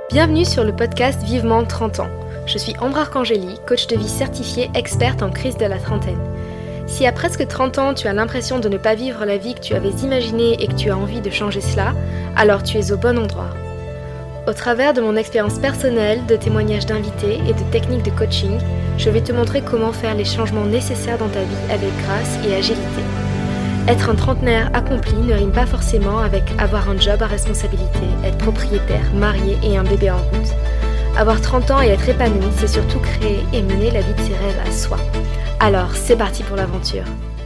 Bienvenue sur le podcast Vivement 30 ans. Je suis Ambre Arcangeli, coach de vie certifiée experte en crise de la trentaine. Si à presque 30 ans, tu as l'impression de ne pas vivre la vie que tu avais imaginée et que tu as envie de changer cela, alors tu es au bon endroit. Au travers de mon expérience personnelle, de témoignages d'invités et de techniques de coaching, je vais te montrer comment faire les changements nécessaires dans ta vie avec grâce et agilité. Être un trentenaire accompli ne rime pas forcément avec avoir un job à responsabilité, être propriétaire, marié et un bébé en route. Avoir 30 ans et être épanoui, c'est surtout créer et mener la vie de ses rêves à soi. Alors, c'est parti pour l'aventure.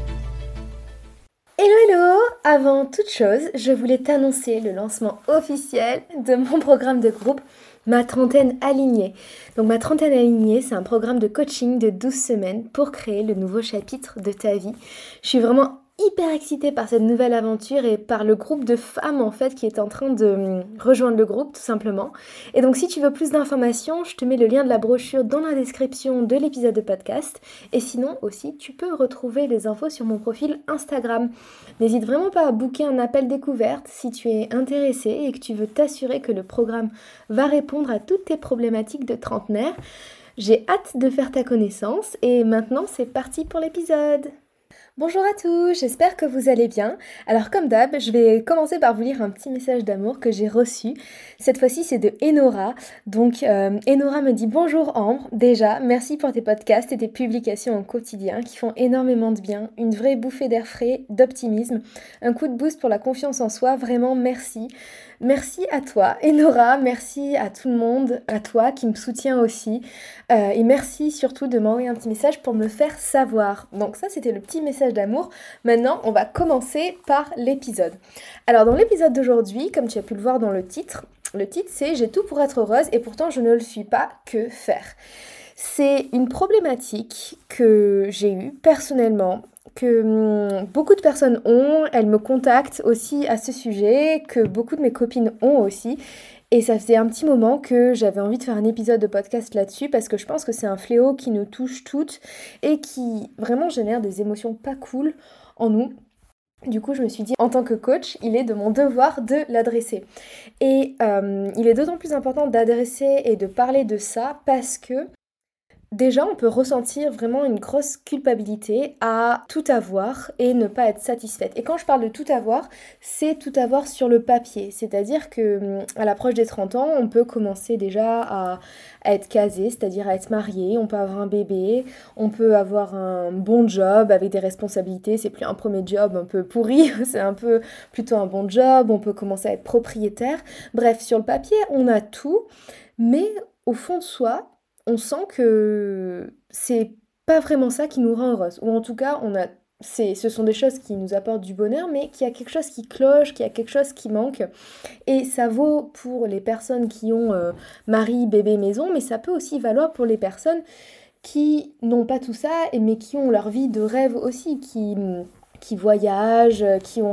Hello! Avant toute chose, je voulais t'annoncer le lancement officiel de mon programme de groupe Ma Trentaine Alignée. Donc Ma Trentaine Alignée, c'est un programme de coaching de 12 semaines pour créer le nouveau chapitre de ta vie. Je suis vraiment hyper excitée par cette nouvelle aventure et par le groupe de femmes en fait qui est en train de rejoindre le groupe tout simplement. Et donc si tu veux plus d'informations, je te mets le lien de la brochure dans la description de l'épisode de podcast. Et sinon aussi, tu peux retrouver les infos sur mon profil Instagram. N'hésite vraiment pas à booker un appel découverte si tu es intéressé et que tu veux t'assurer que le programme va répondre à toutes tes problématiques de trentenaire. J'ai hâte de faire ta connaissance et maintenant c'est parti pour l'épisode. Bonjour à tous, j'espère que vous allez bien. Alors comme d'hab, je vais commencer par vous lire un petit message d'amour que j'ai reçu. Cette fois-ci c'est de Enora. Donc Enora me dit: bonjour Ambre, déjà merci pour tes podcasts et tes publications au quotidien qui font énormément de bien, une vraie bouffée d'air frais, d'optimisme, un coup de boost pour la confiance en soi, vraiment merci. Merci à toi Enora, merci à tout le monde, à toi qui me soutient aussi et merci surtout de m'envoyer un petit message pour me le faire savoir. Donc ça c'était le petit message d'amour. Maintenant on va commencer par l'épisode. Alors dans l'épisode d'aujourd'hui, comme tu as pu le voir dans le titre c'est J'ai tout pour être heureuse et pourtant je ne le suis pas, que faire? C'est une problématique que j'ai eue personnellement, que beaucoup de personnes ont, elles me contactent aussi à ce sujet, que beaucoup de mes copines ont aussi. Et ça faisait un petit moment que j'avais envie de faire un épisode de podcast là-dessus parce que je pense que c'est un fléau qui nous touche toutes et qui vraiment génère des émotions pas cool en nous. Du coup, je me suis dit, en tant que coach, il est de mon devoir de l'adresser. Et il est d'autant plus important d'adresser et de parler de ça parce que déjà, on peut ressentir vraiment une grosse culpabilité à tout avoir et ne pas être satisfaite. Et quand je parle de tout avoir, c'est tout avoir sur le papier. C'est-à-dire que à l'approche des 30 ans, on peut commencer déjà à être casé, c'est-à-dire à être marié, on peut avoir un bébé, on peut avoir un bon job avec des responsabilités, c'est plus un premier job un peu pourri, c'est un peu plutôt un bon job, on peut commencer à être propriétaire. Bref, sur le papier, on a tout, mais au fond de soi, on sent que c'est pas vraiment ça qui nous rend heureuse. Ou en tout cas, ce sont des choses qui nous apportent du bonheur, mais qu'il y a quelque chose qui cloche, qu'il y a quelque chose qui manque. Et ça vaut pour les personnes qui ont mari, bébé, maison, mais ça peut aussi valoir pour les personnes qui n'ont pas tout ça, mais qui ont leur vie de rêve aussi, qui voyagent,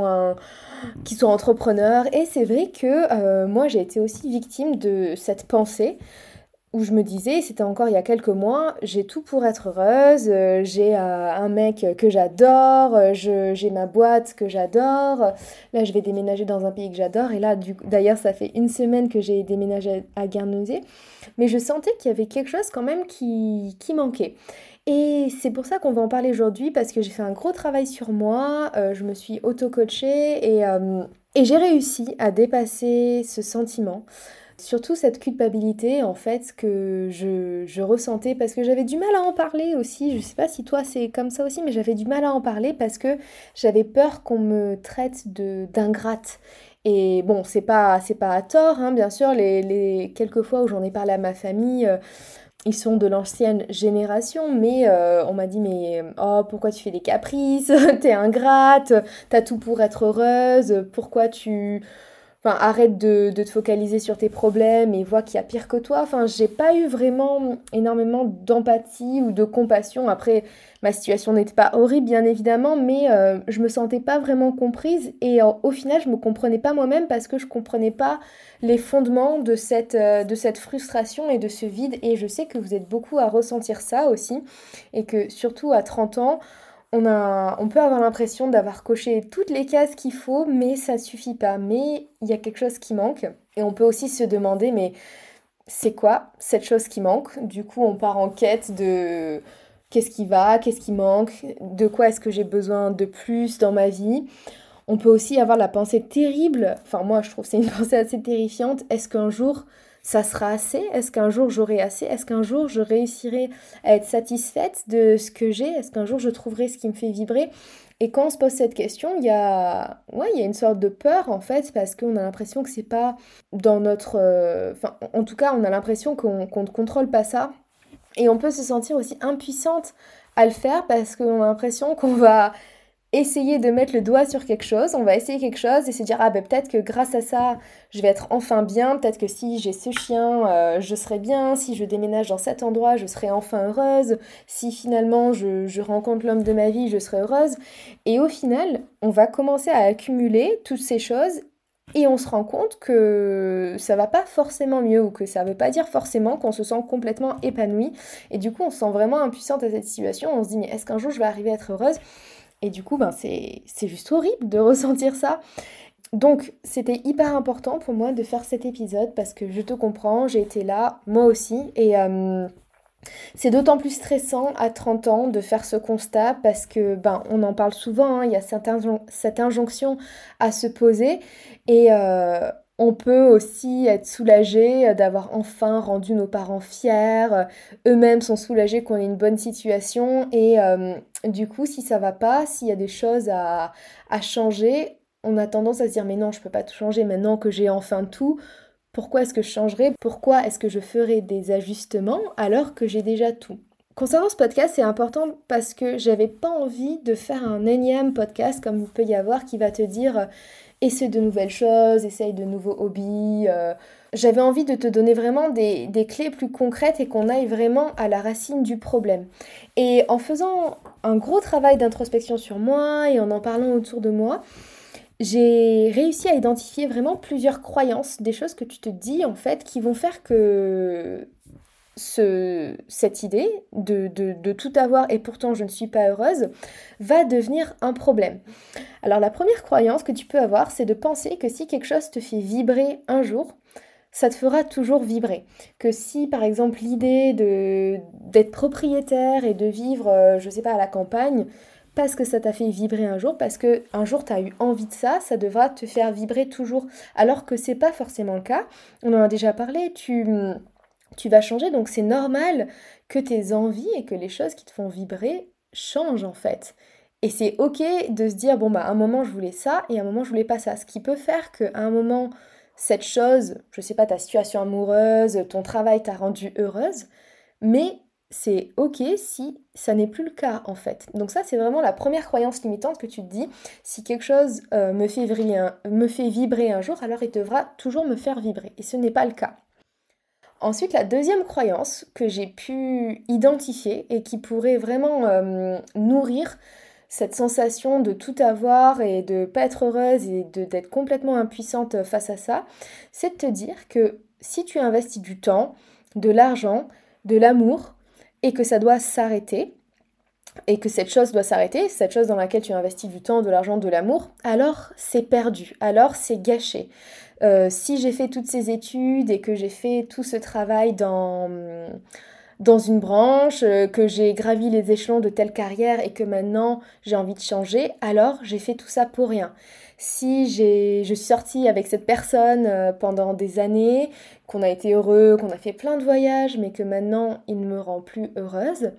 qui sont entrepreneurs. Et c'est vrai que moi, j'ai été aussi victime de cette pensée où je me disais, c'était encore il y a quelques mois, j'ai tout pour être heureuse, j'ai un mec que j'adore, j'ai ma boîte que j'adore, là je vais déménager dans un pays que j'adore, et là d'ailleurs ça fait une semaine que j'ai déménagé à Guernesey, mais je sentais qu'il y avait quelque chose quand même qui manquait. Et c'est pour ça qu'on va en parler aujourd'hui, parce que j'ai fait un gros travail sur moi, je me suis auto-coachée et j'ai réussi à dépasser ce sentiment. Surtout cette culpabilité en fait que je ressentais parce que j'avais du mal à en parler aussi. Je sais pas si toi c'est comme ça aussi, mais j'avais du mal à en parler parce que j'avais peur qu'on me traite d'ingrate. Et bon, c'est pas à tort, hein, bien sûr, les quelques fois où j'en ai parlé à ma famille, ils sont de l'ancienne génération, mais on m'a dit mais oh pourquoi tu fais des caprices, t'es ingrate, t'as tout pour être heureuse, pourquoi tu... Enfin, arrête de te focaliser sur tes problèmes et vois qu'il y a pire que toi. Enfin, j'ai pas eu vraiment énormément d'empathie ou de compassion. Après, ma situation n'était pas horrible, bien évidemment, mais je me sentais pas vraiment comprise. Et au final, je me comprenais pas moi-même parce que je comprenais pas les fondements de cette frustration et de ce vide. Et je sais que vous êtes beaucoup à ressentir ça aussi. Et que surtout à 30 ans, on peut avoir l'impression d'avoir coché toutes les cases qu'il faut, mais ça suffit pas. Mais il y a quelque chose qui manque. Et on peut aussi se demander, mais c'est quoi cette chose qui manque. Du coup, on part en quête de qu'est-ce qui va, qu'est-ce qui manque, de quoi est-ce que j'ai besoin de plus dans ma vie. On peut aussi avoir la pensée terrible, enfin moi je trouve que c'est une pensée assez terrifiante, est-ce qu'un jour ça sera assez? Est-ce qu'un jour j'aurai assez? Est-ce qu'un jour je réussirai à être satisfaite de ce que j'ai? Est-ce qu'un jour je trouverai ce qui me fait vibrer? Et quand on se pose cette question, il y a une sorte de peur en fait, parce qu'on a l'impression que c'est pas dans notre... Enfin, en tout cas, on a l'impression qu'on ne contrôle pas ça. Et on peut se sentir aussi impuissante à le faire parce qu'on a l'impression qu'on va essayer de mettre le doigt sur quelque chose, on va essayer quelque chose et se dire ah ben peut-être que grâce à ça je vais être enfin bien, peut-être que si j'ai ce chien je serai bien, si je déménage dans cet endroit je serai enfin heureuse, si finalement je rencontre l'homme de ma vie je serai heureuse et au final on va commencer à accumuler toutes ces choses et on se rend compte que ça va pas forcément mieux ou que ça veut pas dire forcément qu'on se sent complètement épanoui et du coup on se sent vraiment impuissante à cette situation, on se dit mais est-ce qu'un jour je vais arriver à être heureuse? Et du coup, ben, c'est juste horrible de ressentir ça. Donc, c'était hyper important pour moi de faire cet épisode parce que je te comprends, j'ai été là, moi aussi. Et c'est d'autant plus stressant à 30 ans de faire ce constat parce que, ben, on en parle souvent, hein, il y a cette injonction à se poser. Et on peut aussi être soulagé d'avoir enfin rendu nos parents fiers. Eux-mêmes sont soulagés qu'on ait une bonne situation. Et du coup, si ça va pas, s'il y a des choses à changer, on a tendance à se dire mais non, je peux pas tout changer maintenant que j'ai enfin tout. Pourquoi est-ce que je changerais? Pourquoi est-ce que je ferais des ajustements alors que j'ai déjà tout? Concernant ce podcast, c'est important parce que j'avais pas envie de faire un énième podcast comme il peut y avoir qui va te dire essaie de nouvelles choses, essaye de nouveaux hobbies. J'avais envie de te donner vraiment des clés plus concrètes et qu'on aille vraiment à la racine du problème. Et en faisant un gros travail d'introspection sur moi et en parlant autour de moi, j'ai réussi à identifier vraiment plusieurs croyances, des choses que tu te dis en fait qui vont faire que cette idée de tout avoir et pourtant je ne suis pas heureuse va devenir un problème. Alors la première croyance que tu peux avoir, c'est de penser que si quelque chose te fait vibrer un jour, ça te fera toujours vibrer. Que si par exemple l'idée d'être propriétaire et de vivre, je sais pas, à la campagne, parce que ça t'a fait vibrer un jour, parce que un jour tu as eu envie de ça, ça devra te faire vibrer toujours. Alors que c'est pas forcément le cas. On en a déjà parlé, tu vas changer, donc c'est normal que tes envies et que les choses qui te font vibrer changent en fait. Et c'est ok de se dire, bon bah à un moment je voulais ça et à un moment je voulais pas ça. Ce qui peut faire qu'à un moment, cette chose, je sais pas, ta situation amoureuse, ton travail t'a rendue heureuse, mais c'est ok si ça n'est plus le cas en fait. Donc ça c'est vraiment la première croyance limitante que tu te dis, si quelque chose me fait vibrer un jour, alors il devra toujours me faire vibrer. Et ce n'est pas le cas. Ensuite, la deuxième croyance que j'ai pu identifier et qui pourrait vraiment nourrir cette sensation de tout avoir et de pas être heureuse et d'être complètement impuissante face à ça, c'est de te dire que si tu investis du temps, de l'argent, de l'amour et que ça doit s'arrêter, et que cette chose doit s'arrêter, cette chose dans laquelle tu investis du temps, de l'argent, de l'amour, alors c'est perdu, alors c'est gâché. Si j'ai fait toutes ces études et que j'ai fait tout ce travail dans une branche, que j'ai gravi les échelons de telle carrière et que maintenant j'ai envie de changer, alors j'ai fait tout ça pour rien. Si je suis sortie avec cette personne pendant des années, qu'on a été heureux, qu'on a fait plein de voyages, mais que maintenant il ne me rend plus heureuse,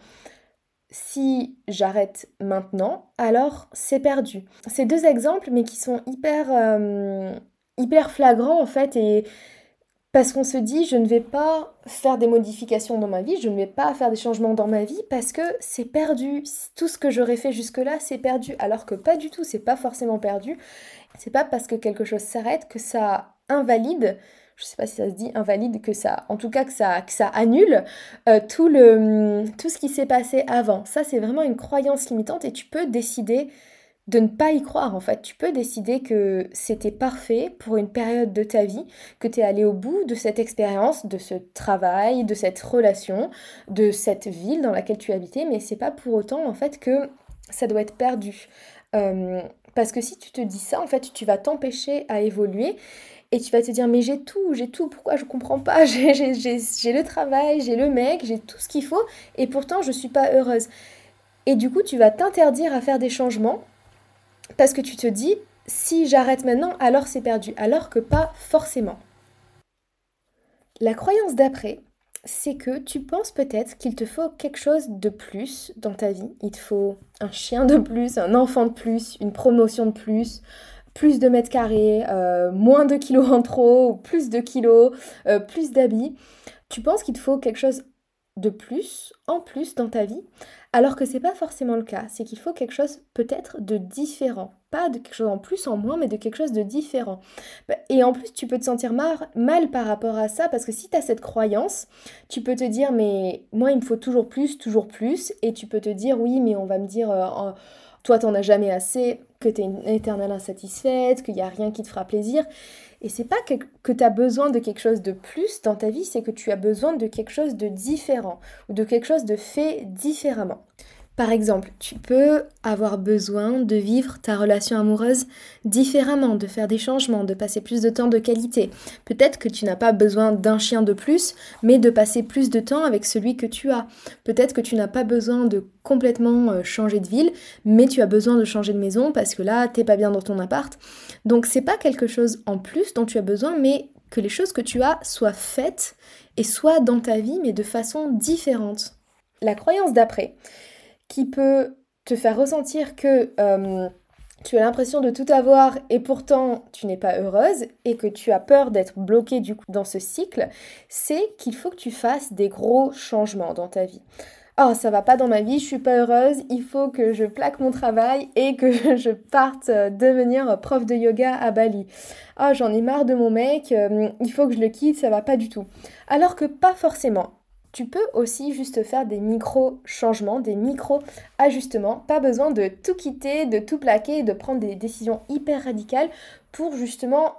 si j'arrête maintenant, alors c'est perdu. C'est deux exemples, mais qui sont hyper flagrants en fait, et parce qu'on se dit, je ne vais pas faire des modifications dans ma vie, je ne vais pas faire des changements dans ma vie parce que c'est perdu. Tout ce que j'aurais fait jusque-là, c'est perdu. Alors que pas du tout, c'est pas forcément perdu. C'est pas parce que quelque chose s'arrête que ça invalide, je sais pas si ça se dit invalide, que ça, en tout cas que ça annule tout ce qui s'est passé avant. Ça, c'est vraiment une croyance limitante et tu peux décider de ne pas y croire en fait. Tu peux décider que c'était parfait pour une période de ta vie, que tu es allé au bout de cette expérience, de ce travail, de cette relation, de cette ville dans laquelle tu habitais, mais c'est pas pour autant en fait que ça doit être perdu. Euh, Parce que si tu te dis ça, en fait, tu vas t'empêcher à évoluer et tu vas te dire, mais j'ai tout, pourquoi je comprends pas? J'ai le travail, j'ai le mec, j'ai tout ce qu'il faut et pourtant je suis pas heureuse. Et du coup, tu vas t'interdire à faire des changements parce que tu te dis, si j'arrête maintenant, alors c'est perdu, alors que pas forcément. La croyance d'après, c'est que tu penses peut-être qu'il te faut quelque chose de plus dans ta vie. Il te faut un chien de plus, un enfant de plus, une promotion de plus de mètres carrés, moins de kilos en trop, ou plus de kilos, plus d'habits. Tu penses qu'il te faut quelque chose de plus, en plus dans ta vie, alors que c'est pas forcément le cas. C'est qu'il faut quelque chose peut-être de différent. Pas de quelque chose en plus, en moins, mais de quelque chose de différent. Et en plus, tu peux te sentir mal par rapport à ça, parce que si tu as cette croyance, tu peux te dire, mais moi, il me faut toujours plus, et tu peux te dire, oui, mais on va me dire, toi, t'en as jamais assez, que t'es une éternelle insatisfaite, qu'il n'y a rien qui te fera plaisir. Et c'est pas que tu as besoin de quelque chose de plus dans ta vie, c'est que tu as besoin de quelque chose de différent ou de quelque chose de fait différemment. Par exemple, tu peux avoir besoin de vivre ta relation amoureuse différemment, de faire des changements, de passer plus de temps de qualité. Peut-être que tu n'as pas besoin d'un chien de plus, mais de passer plus de temps avec celui que tu as. Peut-être que tu n'as pas besoin de complètement changer de ville, mais tu as besoin de changer de maison parce que là, t'es pas bien dans ton appart. Donc c'est pas quelque chose en plus dont tu as besoin, mais que les choses que tu as soient faites et soient dans ta vie, mais de façon différente. La croyance d'après, qui peut te faire ressentir que tu as l'impression de tout avoir et pourtant tu n'es pas heureuse et que tu as peur d'être bloquée du coup dans ce cycle, c'est qu'il faut que tu fasses des gros changements dans ta vie. Oh, ça va pas dans ma vie, je suis pas heureuse, il faut que je plaque mon travail et que je parte devenir prof de yoga à Bali. Oh, j'en ai marre de mon mec, il faut que je le quitte, ça va pas du tout. Alors que pas forcément. Tu peux aussi juste faire des micro-changements, des micro-ajustements. Pas besoin de tout quitter, de tout plaquer, de prendre des décisions hyper radicales pour justement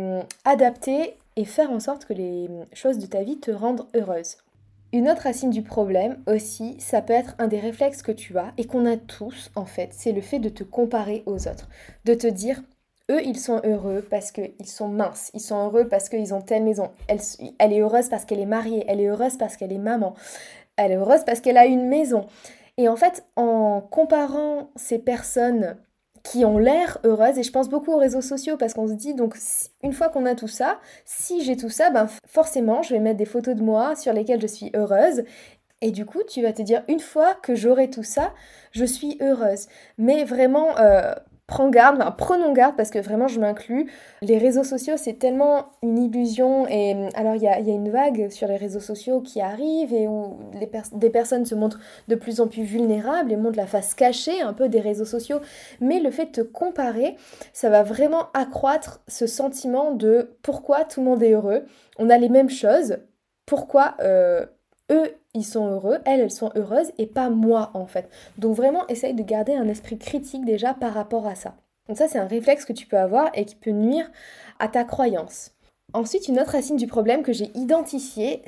adapter et faire en sorte que les choses de ta vie te rendent heureuse. Une autre racine du problème aussi, ça peut être un des réflexes que tu as et qu'on a tous en fait, c'est le fait de te comparer aux autres, de te dire eux ils sont heureux parce qu'ils sont minces, ils sont heureux parce qu'ils ont telle maison, elle est heureuse parce qu'elle est mariée, elle est heureuse parce qu'elle est maman, elle est heureuse parce qu'elle a une maison. Et en fait, en comparant ces personnes qui ont l'air heureuses, et je pense beaucoup aux réseaux sociaux parce qu'on se dit, donc une fois qu'on a tout ça, si j'ai tout ça, ben forcément je vais mettre des photos de moi sur lesquelles je suis heureuse. Et du coup, tu vas te dire, une fois que j'aurai tout ça, je suis heureuse. Mais vraiment, prends garde, enfin, prenons garde parce que vraiment je m'inclus. Les réseaux sociaux, c'est tellement une illusion. Et alors, il y a une vague sur les réseaux sociaux qui arrive et où des personnes se montrent de plus en plus vulnérables et montrent la face cachée un peu des réseaux sociaux. Mais le fait de te comparer, ça va vraiment accroître ce sentiment de pourquoi tout le monde est heureux. On a les mêmes choses. Pourquoi eux, ils sont heureux, elles sont heureuses et pas moi en fait. Donc vraiment, essaye de garder un esprit critique déjà par rapport à ça. Donc ça, c'est un réflexe que tu peux avoir et qui peut nuire à ta croyance. Ensuite, une autre racine du problème que j'ai identifiée,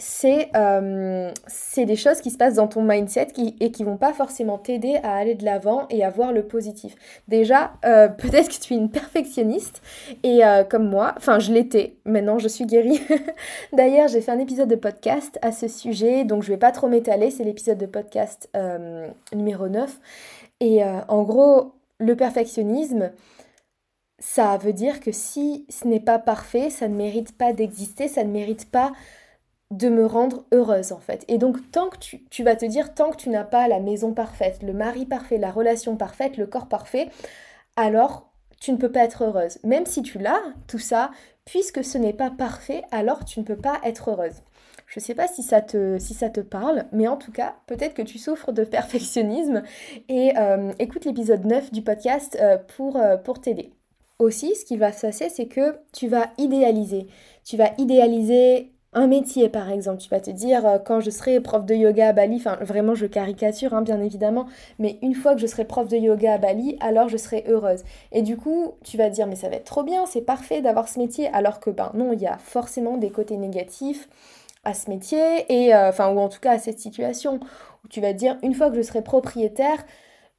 c'est des choses qui se passent dans ton mindset et qui vont pas forcément t'aider à aller de l'avant et à voir le positif. Déjà, peut-être que tu es une perfectionniste et comme moi, enfin je l'étais, maintenant je suis guérie. D'ailleurs, j'ai fait un épisode de podcast à ce sujet, donc je vais pas trop m'étaler, c'est l'épisode de podcast numéro 9. Et en gros, le perfectionnisme, ça veut dire que si ce n'est pas parfait, ça ne mérite pas d'exister, ça ne mérite pas de me rendre heureuse en fait. Et donc tant que tu vas te dire, tant que tu n'as pas la maison parfaite, le mari parfait, la relation parfaite, le corps parfait, alors tu ne peux pas être heureuse. Même si tu l'as, tout ça, puisque ce n'est pas parfait, alors tu ne peux pas être heureuse. Je ne sais pas si ça te parle, mais en tout cas, peut-être que tu souffres de perfectionnisme et écoute l'épisode 9 du podcast pour t'aider. Aussi, ce qui va se passer, c'est que tu vas idéaliser. Tu vas idéaliser un métier, par exemple. Tu vas te dire, quand je serai prof de yoga à Bali, enfin vraiment je caricature, hein, bien évidemment, mais une fois que je serai prof de yoga à Bali, alors je serai heureuse. Et du coup, tu vas te dire, mais ça va être trop bien, c'est parfait d'avoir ce métier, alors que ben non, il y a forcément des côtés négatifs à ce métier, et enfin, ou en tout cas à cette situation, où tu vas te dire, une fois que je serai propriétaire,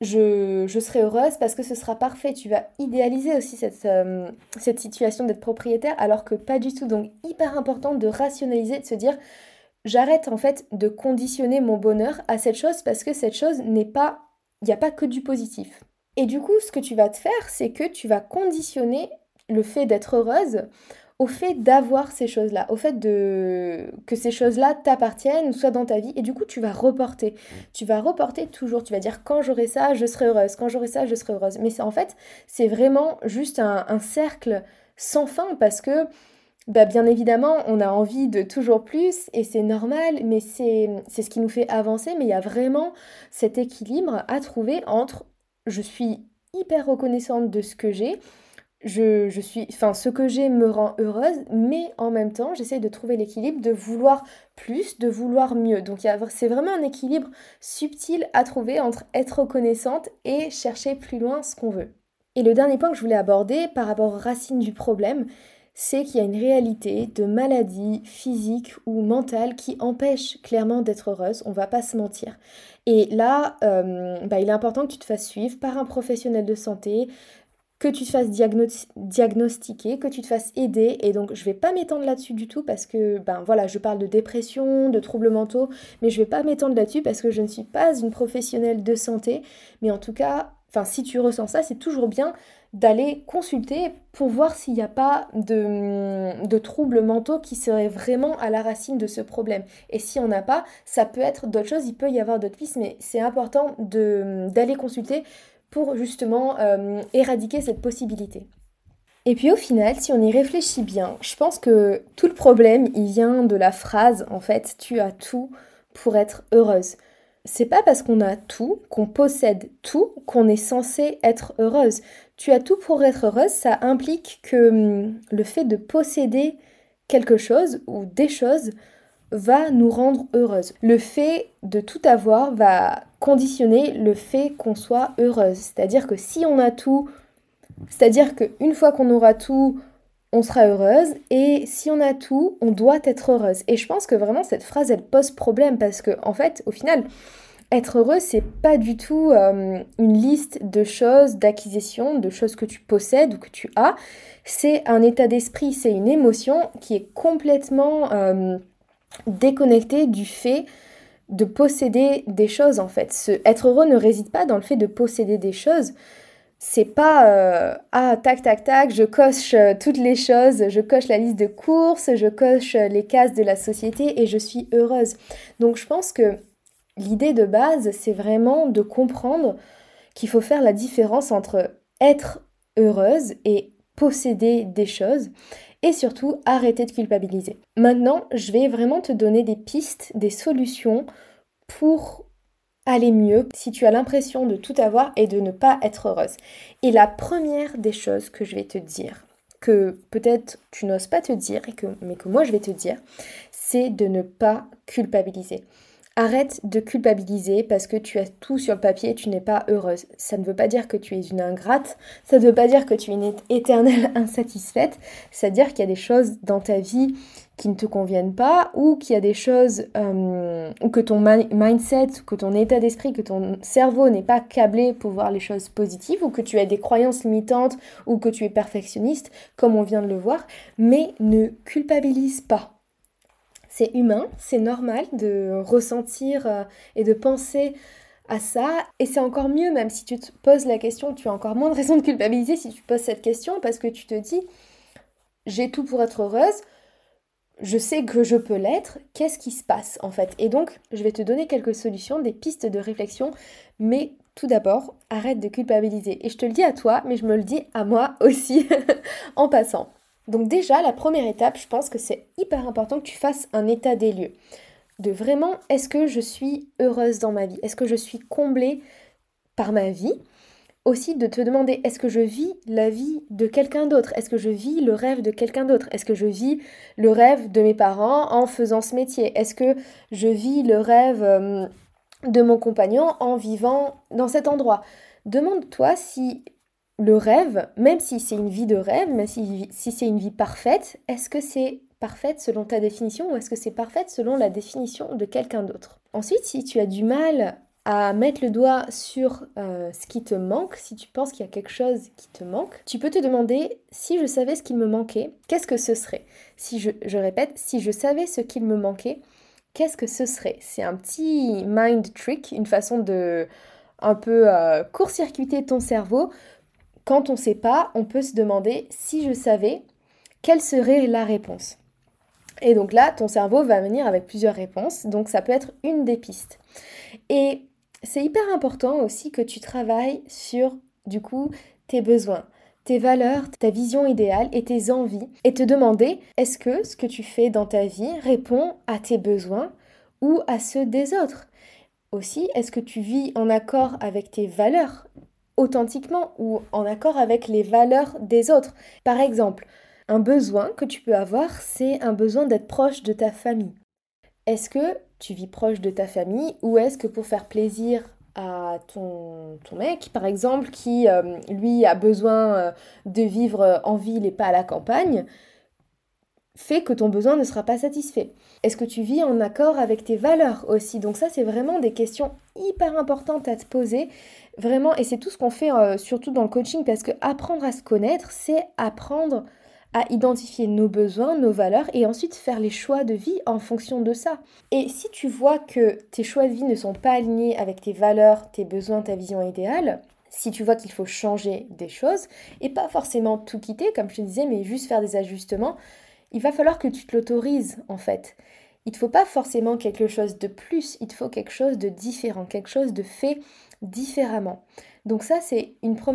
je serai heureuse parce que ce sera parfait. Tu vas idéaliser aussi cette situation d'être propriétaire alors que pas du tout. Donc hyper important de rationaliser, de se dire j'arrête en fait de conditionner mon bonheur à cette chose parce que cette chose n'est pas, il n'y a pas que du positif. Et du coup, ce que tu vas te faire, c'est que tu vas conditionner le fait d'être heureuse au fait d'avoir ces choses-là, au fait que ces choses-là t'appartiennent ou soient dans ta vie. Et du coup, tu vas reporter. Tu vas reporter toujours. Tu vas dire quand j'aurai ça, je serai heureuse. Quand j'aurai ça, je serai heureuse. Mais en fait, c'est vraiment juste un cercle sans fin parce que bah, bien évidemment, on a envie de toujours plus et c'est normal, mais c'est ce qui nous fait avancer. Mais il y a vraiment cet équilibre à trouver entre je suis hyper reconnaissante de ce que j'ai, enfin, ce que j'ai me rend heureuse, mais en même temps, j'essaye de trouver l'équilibre de vouloir plus, de vouloir mieux. Donc c'est vraiment un équilibre subtil à trouver entre être reconnaissante et chercher plus loin ce qu'on veut. Et le dernier point que je voulais aborder par rapport aux racines du problème, c'est qu'il y a une réalité de maladie physique ou mentale qui empêche clairement d'être heureuse, on va pas se mentir. Et là, il est important que tu te fasses suivre par un professionnel de santé, que tu te fasses diagnostiquer, que tu te fasses aider. Et donc, je vais pas m'étendre là-dessus du tout parce que, voilà, je parle de dépression, de troubles mentaux, mais je vais pas m'étendre là-dessus parce que je ne suis pas une professionnelle de santé. Mais en tout cas, enfin, si tu ressens ça, c'est toujours bien d'aller consulter pour voir s'il n'y a pas de troubles mentaux qui seraient vraiment à la racine de ce problème. Et si on n'a pas, ça peut être d'autres choses, il peut y avoir d'autres pistes, mais c'est important d'aller consulter pour justement éradiquer cette possibilité. Et puis au final, si on y réfléchit bien, je pense que tout le problème, il vient de la phrase, en fait, tu as tout pour être heureuse. C'est pas parce qu'on a tout, qu'on possède tout, qu'on est censé être heureuse. Tu as tout pour être heureuse, ça implique que le fait de posséder quelque chose ou des choses va nous rendre heureuse. Le fait de tout avoir va conditionner le fait qu'on soit heureuse. C'est-à-dire que si on a tout, c'est-à-dire qu'une fois qu'on aura tout, on sera heureuse. Et si on a tout, on doit être heureuse. Et je pense que vraiment cette phrase, elle pose problème parce que en fait, au final, être heureux, c'est pas du tout une liste de choses, d'acquisitions, de choses que tu possèdes ou que tu as. C'est un état d'esprit, c'est une émotion qui est complètement déconnecté du fait de posséder des choses en fait. Être heureux ne réside pas dans le fait de posséder des choses. C'est pas ah tac tac tac, je coche toutes les choses, je coche la liste de courses, je coche les cases de la société et je suis heureuse. Donc je pense que l'idée de base, c'est vraiment de comprendre qu'il faut faire la différence entre être heureuse et posséder des choses et surtout arrêter de culpabiliser. Maintenant, je vais vraiment te donner des pistes, des solutions pour aller mieux si tu as l'impression de tout avoir et de ne pas être heureuse. Et la première des choses que je vais te dire, que peut-être tu n'oses pas te dire, mais que moi je vais te dire, c'est de ne pas culpabiliser. Arrête de culpabiliser parce que tu as tout sur le papier et tu n'es pas heureuse. Ça ne veut pas dire que tu es une ingrate, ça ne veut pas dire que tu es une éternelle insatisfaite, c'est-à-dire qu'il y a des choses dans ta vie qui ne te conviennent pas ou qu'il y a des choses ou que ton mindset, que ton état d'esprit, que ton cerveau n'est pas câblé pour voir les choses positives ou que tu as des croyances limitantes ou que tu es perfectionniste comme on vient de le voir, mais ne culpabilise pas. C'est humain, c'est normal de ressentir et de penser à ça. Et c'est encore mieux, même si tu te poses la question, tu as encore moins de raison de culpabiliser si tu poses cette question parce que tu te dis, j'ai tout pour être heureuse, je sais que je peux l'être, qu'est-ce qui se passe en fait? Et donc, je vais te donner quelques solutions, des pistes de réflexion, mais tout d'abord, arrête de culpabiliser. Et je te le dis à toi, mais je me le dis à moi aussi en passant. Donc déjà, la première étape, je pense que c'est hyper important que tu fasses un état des lieux. De vraiment, est-ce que je suis heureuse dans ma vie? Est-ce que je suis comblée par ma vie? Aussi de te demander, est-ce que je vis la vie de quelqu'un d'autre? Est-ce que je vis le rêve de quelqu'un d'autre? Est-ce que je vis le rêve de mes parents en faisant ce métier? Est-ce que je vis le rêve de mon compagnon en vivant dans cet endroit? Demande-toi si le rêve, même si c'est une vie de rêve, même si c'est une vie parfaite, est-ce que c'est parfaite selon ta définition ou est-ce que c'est parfaite selon la définition de quelqu'un d'autre? Ensuite, si tu as du mal à mettre le doigt sur ce qui te manque, si tu penses qu'il y a quelque chose qui te manque, tu peux te demander si je savais ce qu'il me manquait, qu'est-ce que ce serait? Si je répète, si je savais ce qu'il me manquait, qu'est-ce que ce serait? C'est un petit mind trick, une façon de un peu court-circuiter ton cerveau. Quand on ne sait pas, on peut se demander si je savais, quelle serait la réponse? Et donc là, ton cerveau va venir avec plusieurs réponses, donc ça peut être une des pistes. Et c'est hyper important aussi que tu travailles sur, du coup, tes besoins, tes valeurs, ta vision idéale et tes envies, et te demander est-ce que ce que tu fais dans ta vie répond à tes besoins ou à ceux des autres? Aussi, est-ce que tu vis en accord avec tes valeurs authentiquement ou en accord avec les valeurs des autres? Par exemple, un besoin que tu peux avoir, c'est un besoin d'être proche de ta famille. Est-ce que tu vis proche de ta famille ou est-ce que pour faire plaisir à ton mec, par exemple, qui lui a besoin de vivre en ville et pas à la campagne, fait que ton besoin ne sera pas satisfait? Est-ce que tu vis en accord avec tes valeurs aussi? Donc ça, c'est vraiment des questions hyper importantes à te poser, vraiment, et c'est tout ce qu'on fait surtout dans le coaching, parce que apprendre à se connaître, c'est apprendre à identifier nos besoins, nos valeurs, et ensuite faire les choix de vie en fonction de ça. Et si tu vois que tes choix de vie ne sont pas alignés avec tes valeurs, tes besoins, ta vision idéale, si tu vois qu'il faut changer des choses, et pas forcément tout quitter, comme je te disais, mais juste faire des ajustements, il va falloir que tu te l'autorises en fait. Il ne te faut pas forcément quelque chose de plus, il te faut quelque chose de différent, quelque chose de fait différemment. Donc ça, c'est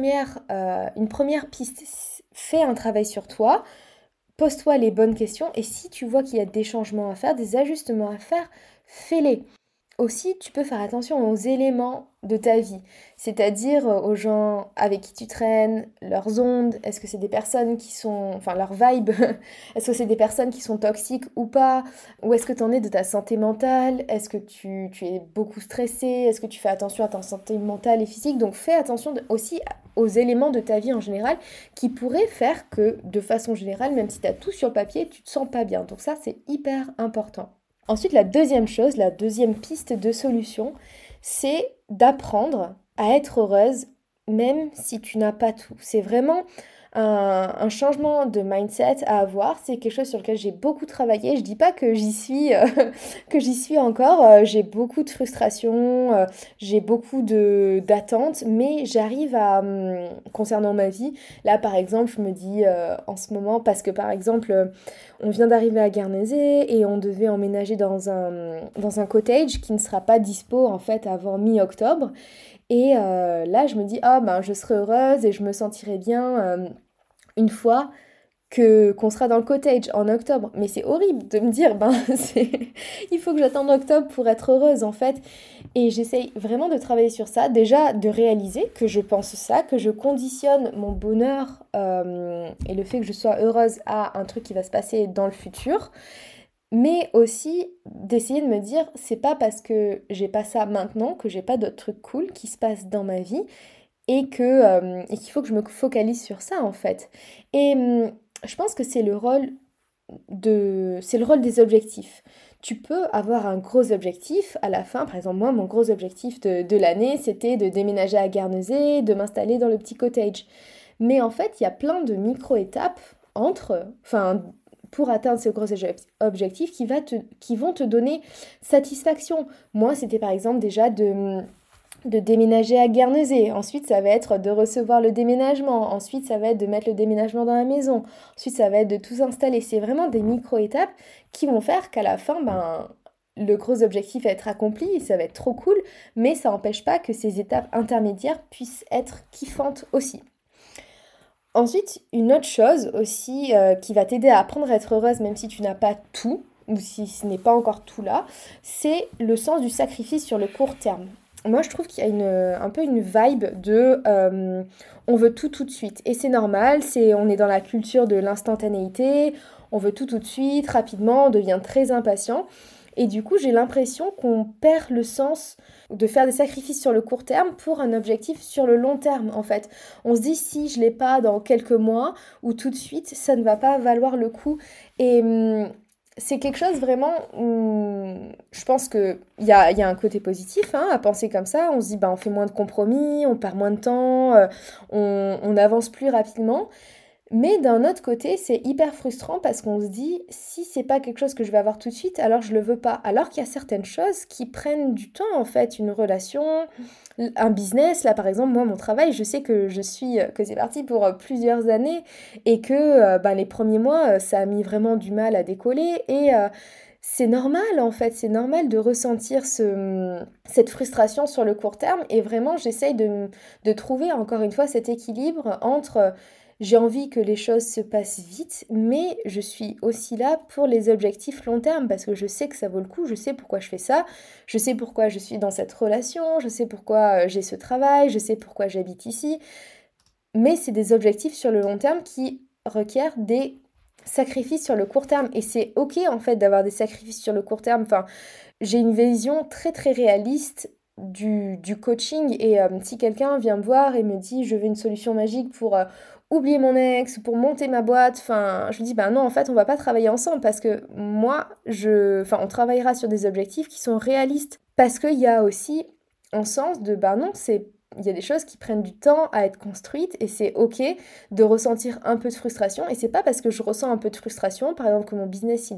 une première piste. Fais un travail sur toi, pose-toi les bonnes questions et si tu vois qu'il y a des changements à faire, des ajustements à faire, fais-les. Aussi, tu peux faire attention aux éléments de ta vie, c'est-à-dire aux gens avec qui tu traînes, leurs ondes, est-ce que c'est des personnes qui sont, enfin leur vibe, est-ce que c'est des personnes qui sont toxiques ou pas, ou est-ce que tu en es de ta santé mentale, est-ce que tu es beaucoup stressé, est-ce que tu fais attention à ta santé mentale et physique, donc fais attention aussi aux éléments de ta vie en général qui pourraient faire que, de façon générale, même si tu as tout sur le papier, tu te sens pas bien, donc ça c'est hyper important. Ensuite, la deuxième chose, la deuxième piste de solution, c'est d'apprendre à être heureuse même si tu n'as pas tout. C'est vraiment un changement de mindset à avoir. C'est quelque chose sur lequel j'ai beaucoup travaillé. Je dis pas que j'y suis, que j'y suis encore. J'ai beaucoup de frustration, j'ai beaucoup d'attentes, mais j'arrive à, concernant ma vie, là par exemple, je me dis en ce moment, parce que par exemple, on vient d'arriver à Guernesey et on devait emménager dans un cottage qui ne sera pas dispo en fait avant mi-octobre. Et là, je me dis, ah ben, je serai heureuse et je me sentirai bien une fois qu'on sera dans le cottage en octobre. Mais c'est horrible de me dire, ben, il faut que j'attende octobre pour être heureuse en fait. Et j'essaye vraiment de travailler sur ça. Déjà, de réaliser que je pense ça, que je conditionne mon bonheur et le fait que je sois heureuse à un truc qui va se passer dans le futur. Mais aussi d'essayer de me dire, c'est pas parce que j'ai pas ça maintenant que j'ai pas d'autres trucs cool qui se passent dans ma vie et qu'il faut que je me focalise sur ça en fait. Et je pense que c'est le rôle des objectifs. Tu peux avoir un gros objectif à la fin. Par exemple, moi, mon gros objectif de l'année, c'était de déménager à Guernesey, de m'installer dans le petit cottage. Mais en fait, il y a plein de micro-étapes enfin, pour atteindre ce gros objectif qui vont te donner satisfaction. Moi, c'était par exemple déjà de déménager à Guernesey. Ensuite, ça va être de recevoir le déménagement. Ensuite, ça va être de mettre le déménagement dans la maison. Ensuite, ça va être de tout s'installer. C'est vraiment des micro-étapes qui vont faire qu'à la fin, ben, le gros objectif va être accompli. Ça va être trop cool. Mais ça n'empêche pas que ces étapes intermédiaires puissent être kiffantes aussi. Ensuite, une autre chose aussi qui va t'aider à apprendre à être heureuse même si tu n'as pas tout, ou si ce n'est pas encore tout là, c'est le sens du sacrifice sur le court terme. Moi, je trouve qu'il y a un peu une vibe de on veut tout de suite. Et c'est normal, on est dans la culture de l'instantanéité, on veut tout de suite, rapidement, on devient très impatient. Et du coup, j'ai l'impression qu'on perd le sens de faire des sacrifices sur le court terme pour un objectif sur le long terme, en fait. On se dit, si je l'ai pas dans quelques mois ou tout de suite, ça ne va pas valoir le coup. Et c'est quelque chose vraiment où je pense qu'il y a un côté positif hein, à penser comme ça. On se dit, bah, on fait moins de compromis, on perd moins de temps, on avance plus rapidement. Mais d'un autre côté, c'est hyper frustrant parce qu'on se dit, si c'est pas quelque chose que je vais avoir tout de suite, alors je le veux pas. Alors qu'il y a certaines choses qui prennent du temps en fait, une relation, un business. Là par exemple, moi mon travail, je sais que c'est parti pour plusieurs années et que ben, les premiers mois, ça a mis vraiment du mal à décoller et c'est normal en fait, c'est normal de ressentir cette frustration sur le court terme et vraiment j'essaye de trouver encore une fois cet équilibre entre j'ai envie que les choses se passent vite, mais je suis aussi là pour les objectifs long terme parce que je sais que ça vaut le coup, je sais pourquoi je fais ça, je sais pourquoi je suis dans cette relation, je sais pourquoi j'ai ce travail, je sais pourquoi j'habite ici, mais c'est des objectifs sur le long terme qui requièrent des sacrifices sur le court terme et c'est ok en fait d'avoir des sacrifices sur le court terme. Enfin, j'ai une vision très très réaliste du coaching et si quelqu'un vient me voir et me dit je veux une solution magique pour oublier mon ex, pour monter ma boîte, enfin je lui dis bah non en fait on va pas travailler ensemble parce que enfin on travaillera sur des objectifs qui sont réalistes parce qu'il y a aussi un sens de bah non il y a des choses qui prennent du temps à être construites et c'est ok de ressentir un peu de frustration et c'est pas parce que je ressens un peu de frustration par exemple que mon business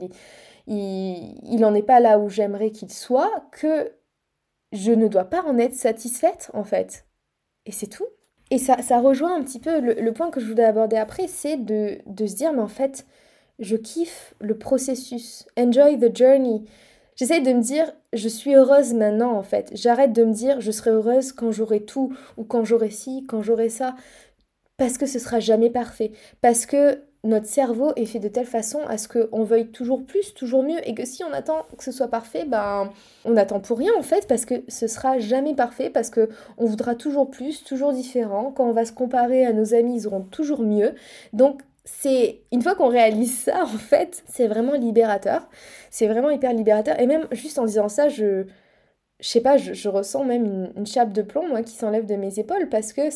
il en est pas là où j'aimerais qu'il soit, que je ne dois pas en être satisfaite, en fait. Et c'est tout. Et ça rejoint un petit peu le point que je voulais aborder après, c'est de se dire, mais en fait, je kiffe le processus. Enjoy the journey. J'essaye de me dire, je suis heureuse maintenant, en fait. J'arrête de me dire, je serai heureuse quand j'aurai tout, ou quand j'aurai ci, quand j'aurai ça. Parce que ce sera jamais parfait. Parce que notre cerveau est fait de telle façon à ce qu'on veuille toujours plus, toujours mieux, et que si on attend que ce soit parfait, ben on attend pour rien en fait, parce que ce sera jamais parfait, parce que on voudra toujours plus, toujours différent. Quand on va se comparer à nos amis, ils auront toujours mieux. Donc c'est une fois qu'on réalise ça, en fait, c'est vraiment libérateur. C'est vraiment hyper libérateur. Et même juste en disant ça, je sais pas, je ressens même une chape de plomb, moi, qui s'enlève de mes épaules parce que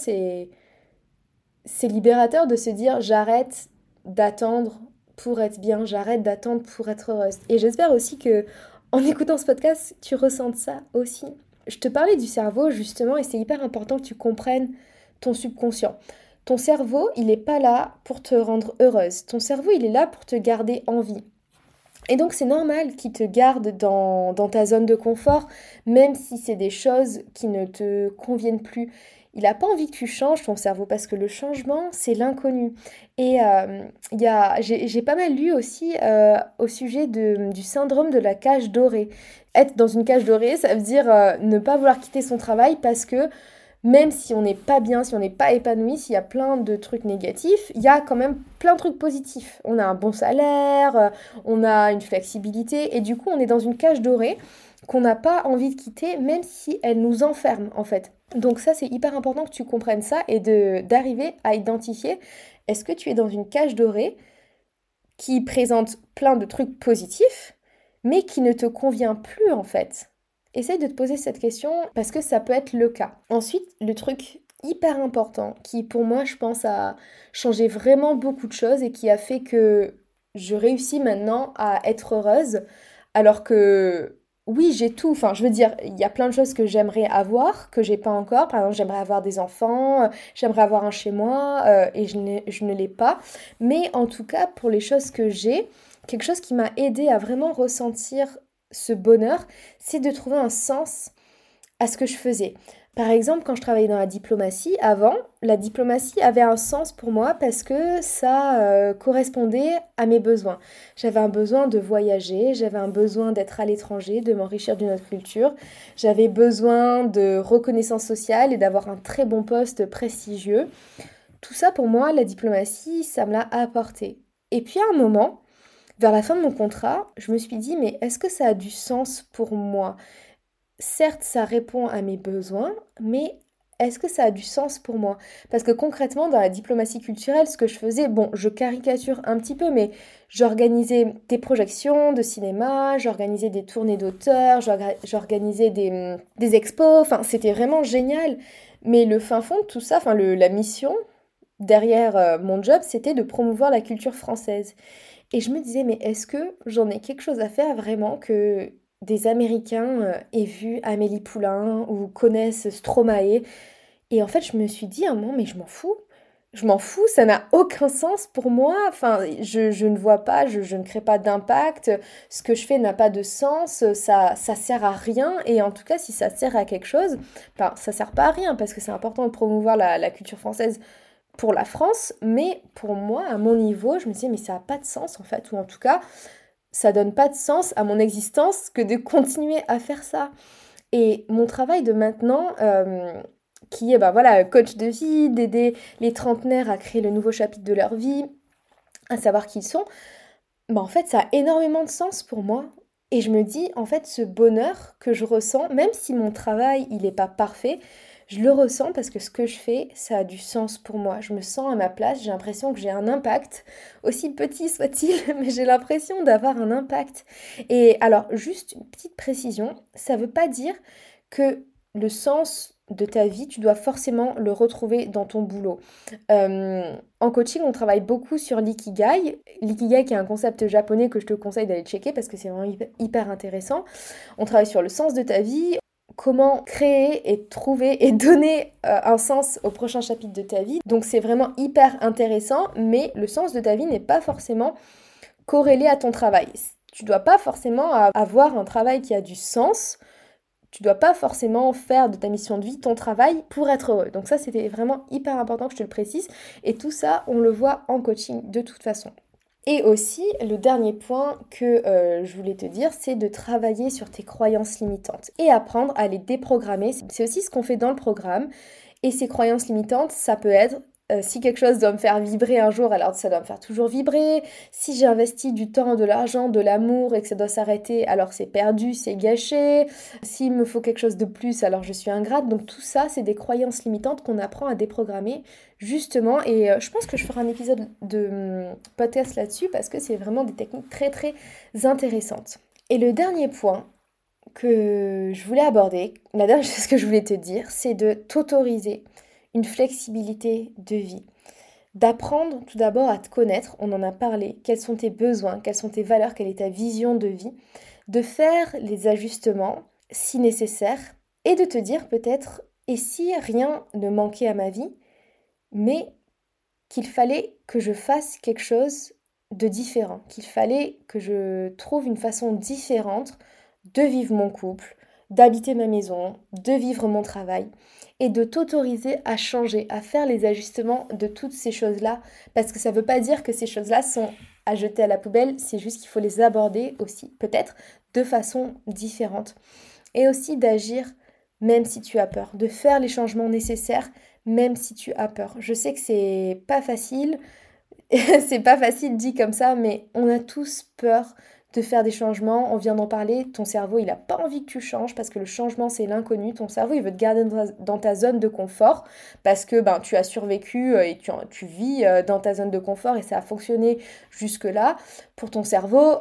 c'est libérateur de se dire j'arrête d'attendre pour être bien, j'arrête d'attendre pour être heureuse. Et j'espère aussi que en écoutant ce podcast, tu ressentes ça aussi. Je te parlais du cerveau justement et c'est hyper important que tu comprennes ton subconscient. Ton cerveau, il n'est pas là pour te rendre heureuse. Ton cerveau, il est là pour te garder en vie. Et donc c'est normal qu'il te garde dans ta zone de confort, même si c'est des choses qui ne te conviennent plus. Il n'a pas envie que tu changes ton cerveau parce que le changement, c'est l'inconnu. Et j'ai pas mal lu aussi au sujet du syndrome de la cage dorée. Être dans une cage dorée, ça veut dire ne pas vouloir quitter son travail parce que même si on n'est pas bien, si on n'est pas épanoui, s'il y a plein de trucs négatifs, il y a quand même plein de trucs positifs. On a un bon salaire, on a une flexibilité, et du coup on est dans une cage dorée qu'on n'a pas envie de quitter, même si elle nous enferme en fait. Donc ça c'est hyper important que tu comprennes ça et d'arriver à identifier est-ce que tu es dans une cage dorée qui présente plein de trucs positifs, mais qui ne te convient plus en fait. Essaye de te poser cette question parce que ça peut être le cas. Ensuite, le truc hyper important qui pour moi je pense a changé vraiment beaucoup de choses et qui a fait que je réussis maintenant à être heureuse alors que oui j'ai tout, enfin je veux dire il y a plein de choses que j'aimerais avoir que j'ai pas encore, par exemple j'aimerais avoir des enfants, j'aimerais avoir un chez moi et je ne l'ai pas, mais en tout cas pour les choses que j'ai, quelque chose qui m'a aidé à vraiment ressentir ce bonheur, c'est de trouver un sens à ce que je faisais. Par exemple, quand je travaillais dans la diplomatie, avant, la diplomatie avait un sens pour moi parce que ça correspondait à mes besoins. J'avais un besoin de voyager, j'avais un besoin d'être à l'étranger, de m'enrichir d'une autre culture, j'avais besoin de reconnaissance sociale et d'avoir un très bon poste prestigieux. Tout ça, pour moi, la diplomatie, ça me l'a apporté. Et puis à un moment, vers la fin de mon contrat, je me suis dit, mais est-ce que ça a du sens pour moi? Certes, ça répond à mes besoins, mais est-ce que ça a du sens pour moi? Parce que concrètement, dans la diplomatie culturelle, ce que je faisais, bon, je caricature un petit peu, mais j'organisais des projections de cinéma, j'organisais des tournées d'auteurs, j'organisais des expos, enfin, c'était vraiment génial. Mais le fin fond de tout ça, enfin, la mission derrière mon job, c'était de promouvoir la culture française. Et je me disais, mais est-ce que j'en ai quelque chose à faire vraiment que des Américains aient vu Amélie Poulain ou connaissent Stromae? Et en fait, je me suis dit à un moment, mais je m'en fous. Je m'en fous, ça n'a aucun sens pour moi. Enfin, je ne vois pas, je ne crée pas d'impact. Ce que je fais n'a pas de sens. Ça sert à rien. Et en tout cas, si ça sert à quelque chose, enfin, ça sert pas à rien parce que c'est important de promouvoir la culture française pour la France. Mais pour moi, à mon niveau, je me disais, mais ça n'a pas de sens en fait. Ou en tout cas, ça donne pas de sens à mon existence que de continuer à faire ça. Et mon travail de maintenant, qui est bah, voilà, coach de vie, d'aider les trentenaires à créer le nouveau chapitre de leur vie, à savoir qui ils sont, bah, en fait, ça a énormément de sens pour moi. Et je me dis, en fait, ce bonheur que je ressens, même si mon travail, il n'est pas parfait, je le ressens parce que ce que je fais, ça a du sens pour moi. Je me sens à ma place, j'ai l'impression que j'ai un impact, aussi petit soit-il, mais j'ai l'impression d'avoir un impact. Et alors, juste une petite précision, ça ne veut pas dire que le sens de ta vie, tu dois forcément le retrouver dans ton boulot. En coaching, on travaille beaucoup sur l'ikigai. L'ikigai qui est un concept japonais que je te conseille d'aller checker parce que c'est vraiment hyper intéressant. On travaille sur le sens de ta vie, comment créer et trouver et donner un sens au prochain chapitre de ta vie. Donc c'est vraiment hyper intéressant, mais le sens de ta vie n'est pas forcément corrélé à ton travail. Tu dois pas forcément avoir un travail qui a du sens. Tu dois pas forcément faire de ta mission de vie ton travail pour être heureux. Donc ça, c'était vraiment hyper important que je te le précise. Et tout ça, on le voit en coaching de toute façon. Et aussi, le dernier point que je voulais te dire, c'est de travailler sur tes croyances limitantes et apprendre à les déprogrammer. C'est aussi ce qu'on fait dans le programme. Et ces croyances limitantes, ça peut être si quelque chose doit me faire vibrer un jour, alors ça doit me faire toujours vibrer. Si j'ai investi du temps, de l'argent, de l'amour et que ça doit s'arrêter, alors c'est perdu, c'est gâché. S'il me faut quelque chose de plus, alors je suis ingrate. Donc tout ça, c'est des croyances limitantes qu'on apprend à déprogrammer justement. Et je pense que je ferai un épisode de podcast là-dessus parce que c'est vraiment des techniques très très intéressantes. Et le dernier point que je voulais aborder, la dernière chose que je voulais te dire, c'est de t'autoriser une flexibilité de vie. D'apprendre tout d'abord à te connaître, on en a parlé, quels sont tes besoins, quelles sont tes valeurs, quelle est ta vision de vie, de faire les ajustements si nécessaire et de te dire peut-être, et si rien ne manquait à ma vie, mais qu'il fallait que je fasse quelque chose de différent, qu'il fallait que je trouve une façon différente de vivre mon couple, d'habiter ma maison, de vivre mon travail et de t'autoriser à changer, à faire les ajustements de toutes ces choses-là parce que ça ne veut pas dire que ces choses-là sont à jeter à la poubelle, c'est juste qu'il faut les aborder aussi, peut-être de façon différente et aussi d'agir même si tu as peur, de faire les changements nécessaires même si tu as peur. Je sais que c'est pas facile, c'est pas facile dit comme ça, mais on a tous peur de faire des changements. On vient d'en parler, ton cerveau il a pas envie que tu changes parce que le changement c'est l'inconnu. Ton cerveau il veut te garder dans ta zone de confort parce que ben, tu as survécu et tu vis dans ta zone de confort et ça a fonctionné jusque-là. Pour ton cerveau,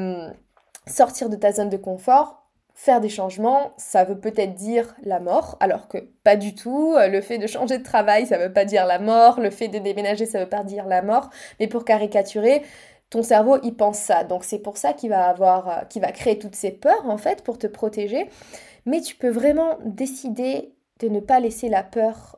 sortir de ta zone de confort, faire des changements, ça veut peut-être dire la mort, alors que pas du tout. Le fait de changer de travail, ça veut pas dire la mort. Le fait de déménager, ça veut pas dire la mort. Mais pour caricaturer, ton cerveau, il pense ça. Donc c'est pour ça qu'il va créer toutes ces peurs, en fait, pour te protéger. Mais tu peux vraiment décider de ne pas laisser la peur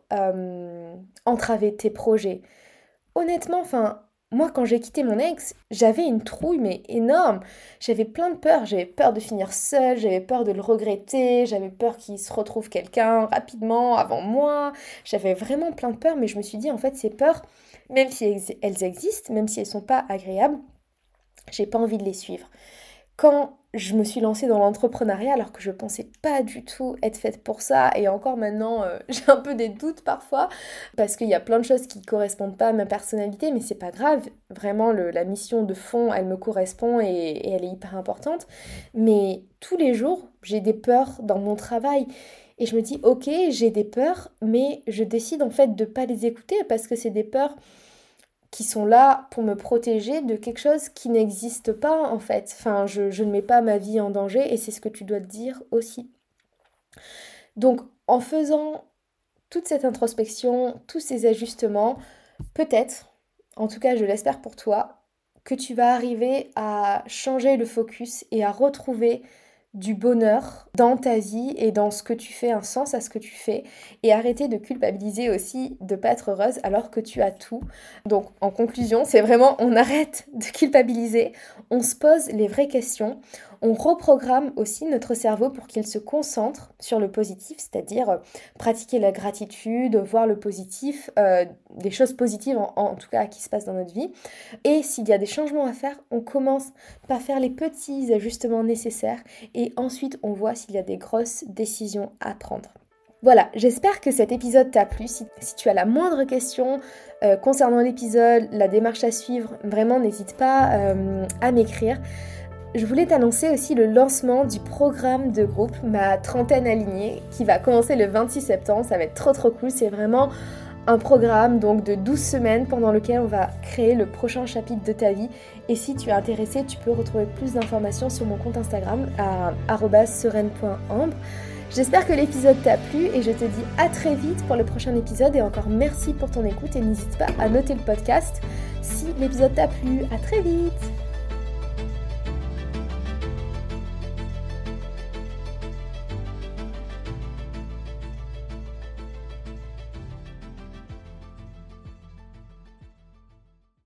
entraver tes projets. Honnêtement, enfin, moi quand j'ai quitté mon ex, j'avais une trouille mais énorme. J'avais plein de peur. J'avais peur de finir seule, j'avais peur de le regretter, j'avais peur qu'il se retrouve quelqu'un rapidement avant moi. J'avais vraiment plein de peurs, mais je me suis dit en fait ces peurs, même si elles existent, même si elles sont pas agréables, j'ai pas envie de les suivre. Quand je me suis lancée dans l'entrepreneuriat alors que je pensais pas du tout être faite pour ça et encore maintenant j'ai un peu des doutes parfois parce qu'il y a plein de choses qui correspondent pas à ma personnalité mais c'est pas grave, vraiment la mission de fond elle me correspond et elle est hyper importante mais tous les jours j'ai des peurs dans mon travail et je me dis ok j'ai des peurs mais je décide en fait de pas les écouter parce que c'est des peurs qui sont là pour me protéger de quelque chose qui n'existe pas en fait. Enfin, je ne mets pas ma vie en danger et c'est ce que tu dois te dire aussi. Donc, en faisant toute cette introspection, tous ces ajustements, peut-être, en tout cas je l'espère pour toi, que tu vas arriver à changer le focus et à retrouver du bonheur dans ta vie et dans ce que tu fais, un sens à ce que tu fais, et arrêter de culpabiliser aussi de pas être heureuse alors que tu as tout. Donc en conclusion, c'est vraiment on arrête de culpabiliser, on se pose les vraies questions, on reprogramme aussi notre cerveau pour qu'il se concentre sur le positif, c'est-à-dire pratiquer la gratitude, voir le positif, des choses positives en tout cas qui se passent dans notre vie. Et s'il y a des changements à faire, on commence par faire les petits ajustements nécessaires et ensuite on voit s'il y a des grosses décisions à prendre. Voilà, j'espère que cet épisode t'a plu. Si tu as la moindre question concernant l'épisode, la démarche à suivre, vraiment n'hésite pas à m'écrire. Je voulais t'annoncer aussi le lancement du programme de groupe, ma trentaine alignée, qui va commencer le 26 septembre. Ça va être trop cool, c'est vraiment un programme donc de 12 semaines pendant lequel on va créer le prochain chapitre de ta vie. Et si tu es intéressé, tu peux retrouver plus d'informations sur mon compte Instagram à @sereine.ambre. J'espère que l'épisode t'a plu et je te dis à très vite pour le prochain épisode et encore merci pour ton écoute et n'hésite pas à noter le podcast si l'épisode t'a plu. À très vite!